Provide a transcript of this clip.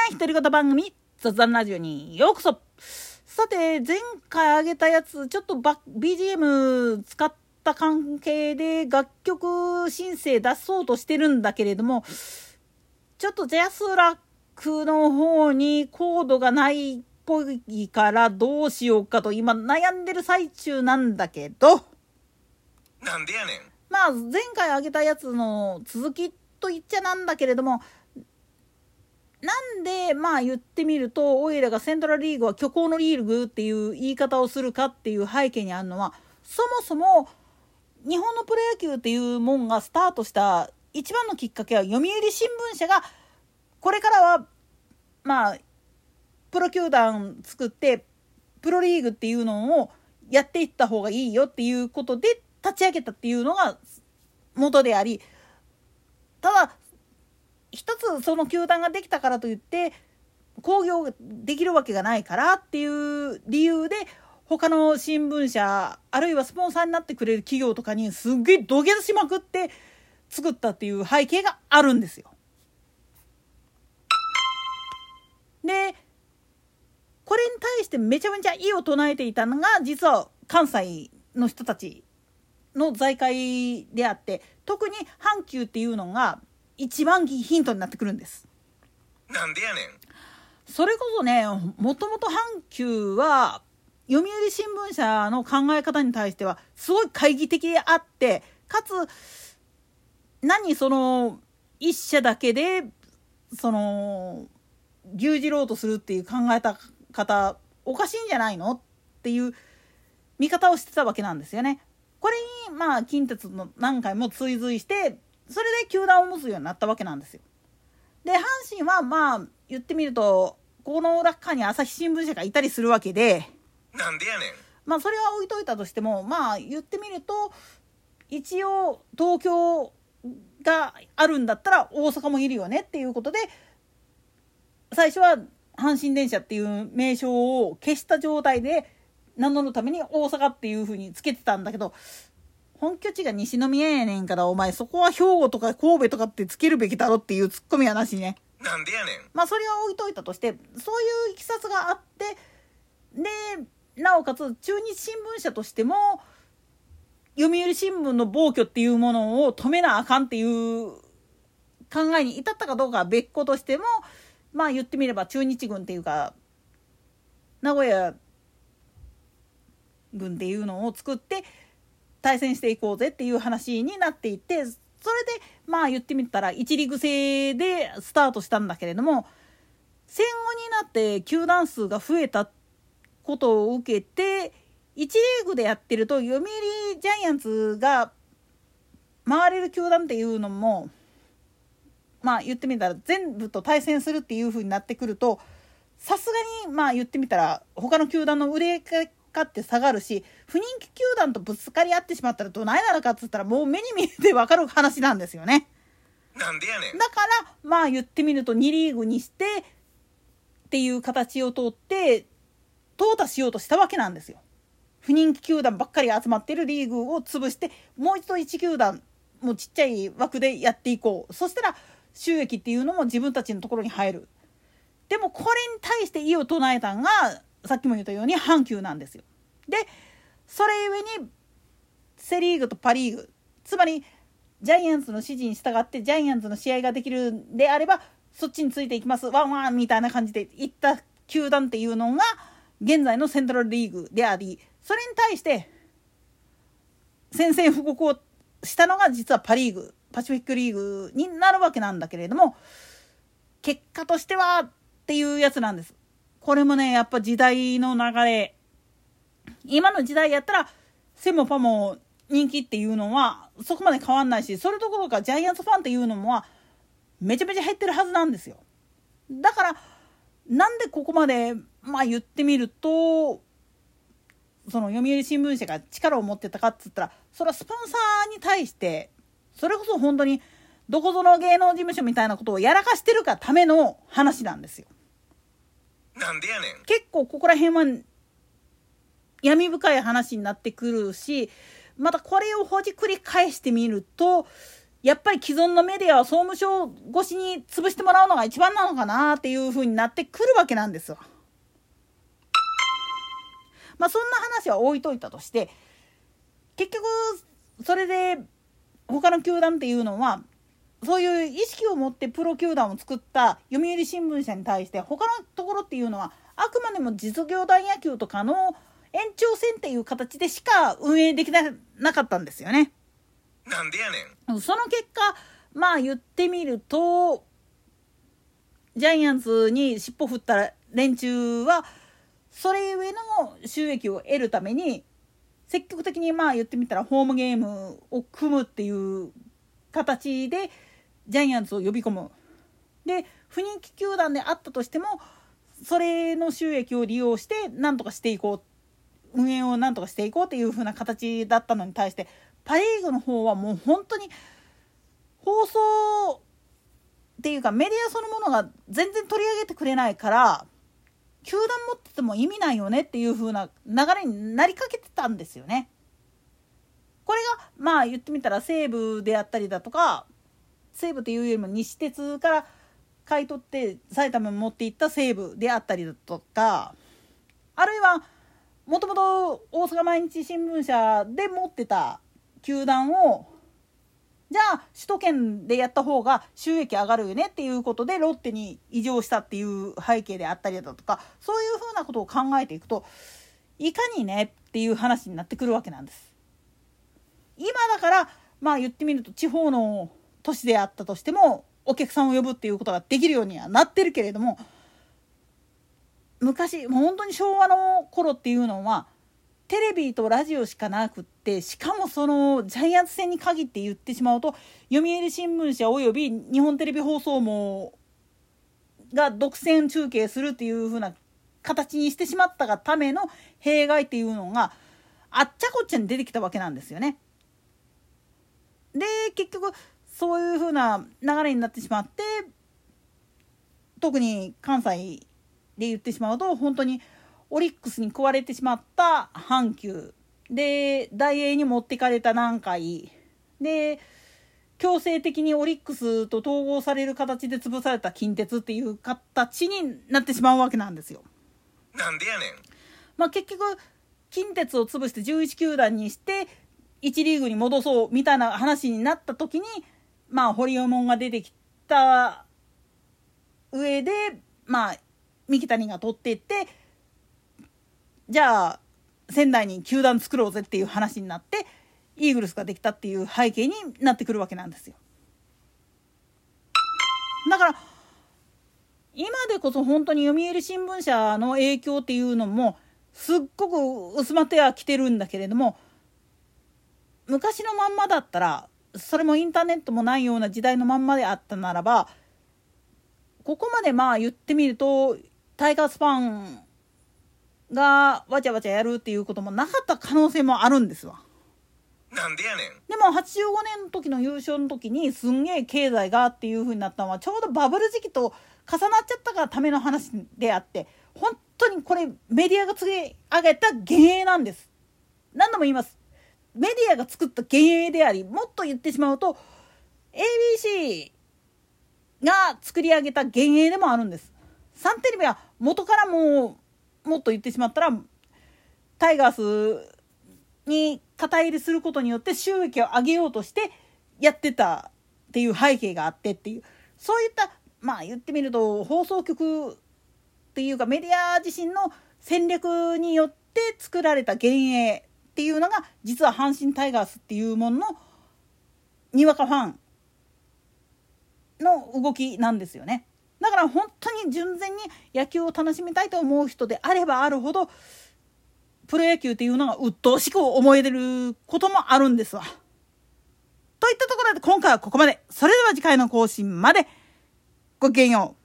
な独り言番組雑談ラジオにようこそ。さて、前回あげたやつちょっとBGM 使った関係で楽曲申請出そうとしてるんだけれども、ちょっとジャスラックの方にコードがないっぽいからどうしようかと今悩んでる最中なんだけど、 なんでやねん。 まあ前回あげたやつの続きと言っちゃなんだけれども、なんでまあ言ってみるとオイラがセントラルリーグは虚構のリーグっていう言い方をするかっていう背景にあるのは、そもそも日本のプロ野球っていうもんがスタートした一番のきっかけは読売新聞社がこれからはまあプロ球団作ってプロリーグっていうのをやっていった方がいいよっていうことで立ち上げたっていうのが元であり、ただ一つその球団ができたからといって興行できるわけがないからっていう理由で他の新聞社あるいはスポンサーになってくれる企業とかにすっげえ土下座しまくって作ったっていう背景があるんですよ。でこれに対してめちゃめちゃ異を唱えていたのが実は関西の人たちの財界であって、特に阪急っていうのが一番ヒントになってくるんです。 なんでやねん。 それこそね、もともと阪急は読売新聞社の考え方に対してはすごい懐疑的であって、かつその一社だけでその牛耳ろうとするっていう考え方おかしいんじゃないのっていう見方をしてたわけなんですよね。これにまあ近鉄の何回も追随してそれで球団を持つようになったわけなんですよ。で阪神はまあ言ってみるとこの裏側に朝日新聞社がいたりするわけで、 なんでやねん。 まあそれは置いといたとしても、まあ言ってみると一応東京があるんだったら大阪もいるよねっていうことで、最初は阪神電車っていう名称を消した状態で名乗るために大阪っていう風につけてたんだけど、本拠地が西宮やねんからお前そこは兵庫とか神戸とかってつけるべきだろっていうツッコミはなしね。 なんでやねん。 まあそれは置いといたとして、そういういきさつがあって、でなおかつ中日新聞社としても読売新聞の暴挙っていうものを止めなあかんっていう考えに至ったかどうかは別個としても、まあ言ってみれば中日軍っていうか名古屋軍っていうのを作って対戦していこうぜっていう話になっていて、それでまあ言ってみたら一リーグ制でスタートしたんだけれども、戦後になって球団数が増えたことを受けて1リーグでやってると読売ジャイアンツが回れる球団っていうのもまあ言ってみたら全部と対戦するっていう風になってくると、さすがにまあ言ってみたら他の球団の売れかって下がるし、不人気球団とぶつかり合ってしまったらどないなのかっつったらもう目に見えて分かる話なんですよね。 なんでやねん。 だからまあ言ってみると2リーグにしてっていう形を通って淘汰しようとしたわけなんですよ。不人気球団ばっかり集まってるリーグを潰してもう一度1球団もうちっちゃい枠でやっていこう。そしたら収益っていうのも自分たちのところに入る。でもこれに対して異を唱えたんがさっきも言ったように阪急なんですよ。でそれゆえにセリーグとパリーグ、つまりジャイアンツの指示に従ってジャイアンツの試合ができるんであればそっちについていきますワンワンみたいな感じでいった球団っていうのが現在のセントラルリーグであり、それに対して宣戦布告をしたのが実はパリーグパシフィックリーグになるわけなんだけれども、結果としてはっていうやつなんです。これもねやっぱ時代の流れ、今の時代やったらセもパも人気っていうのはそこまで変わんないし、それどころかジャイアンツファンっていうのもめちゃめちゃ減ってるはずなんですよ。だからなんでここまでまあ言ってみるとその読売新聞社が力を持ってたかっつったら、それはスポンサーに対してそれこそ本当にどこぞの芸能事務所みたいなことをやらかしてるがための話なんですよ。 なんでやねん。 結構ここら辺は闇深い話になってくるし、またこれをほじくり返してみるとやっぱり既存のメディアは総務省越しに潰してもらうのが一番なのかなっていう風になってくるわけなんですよ。まあそんな話は置いといたとして、結局それで他の球団っていうのはそういう意識を持ってプロ球団を作った読売新聞社に対して他のところっていうのはあくまでも実業団野球とかの延長戦っていう形でしか運営できなかったんですよね。 なんでやねん。 その結果まあ言ってみるとジャイアンツに尻尾振った連中はそれゆえの収益を得るために積極的にまあ言ってみたらホームゲームを組むっていう形でジャイアンツを呼び込む。で不人気球団であったとしてもそれの収益を利用して何とかしていこう、運営を何とかしていこうっていう風な形だったのに対してパ・リーグの方はもう本当に放送っていうかメディアそのものが全然取り上げてくれないから球団持ってても意味ないよねっていう風な流れになりかけてたんですよね。これがまあ言ってみたら西武であったりだとか、西武というよりも西鉄から買い取って埼玉に持っていった西武であったりだとか、あるいはもともと大阪毎日新聞社で持ってた球団をじゃあ首都圏でやった方が収益上がるよねっていうことでロッテに移譲したっていう背景であったりだとか、そういうふうなことを考えていくといかにねっていう話になってくるわけなんです。今だからまあ言ってみると地方の都市であったとしてもお客さんを呼ぶっていうことができるようにはなってるけれども、昔もう本当に昭和の頃っていうのはテレビとラジオしかなくって、しかもそのジャイアンツ戦に限って言ってしまうと読売新聞社および日本テレビ放送網が独占中継するっていう風な形にしてしまったがための弊害っていうのがあっちゃこっちゃに出てきたわけなんですよね。で結局そういう風な流れになってしまって、特に関西で言ってしまうと本当にオリックスに食われてしまった阪急で大英に持ってかれた南海で強制的にオリックスと統合される形で潰された近鉄っていう形になってしまうわけなんですよ。 なんでやねん。 まあ結局近鉄を潰して11球団にして1リーグに戻そうみたいな話になった時にまあ堀江門が出てきた上でまあ三木谷が取っていってじゃあ仙台に球団作ろうぜっていう話になってイーグルスができたっていう背景になってくるわけなんですよ。だから今でこそ本当に読売新聞社の影響っていうのもすっごく薄まってはきてるんだけれども、昔のまんまだったらそれもインターネットもないような時代のまんまであったならばここまでまあ言ってみるとタイガースファンがわちゃわちゃやるっていうこともなかった可能性もあるんですわ。 なんでやねん。 でも85年の時の優勝の時にすんげえ経済がっていう風になったのはちょうどバブル時期と重なっちゃったがための話であって、本当にこれメディアが作り上げた幻影なんです。何度も言います。メディアが作った幻影であり、もっと言ってしまうと ABC が作り上げた幻影でもあるんです。サンテレビは元からもっと言ってしまったらタイガースに肩入れすることによって収益を上げようとしてやってたっていう背景があってっていう、そういったまあ言ってみると放送局っていうかメディア自身の戦略によって作られた幻影っていうのが実は阪神タイガースっていうもののにわかファンの動きなんですよね。だから本当に純然に野球を楽しみたいと思う人であればあるほどプロ野球っていうのが鬱陶しく思えることもあるんですわ。といったところで今回はここまで。それでは次回の更新までごきげんよう。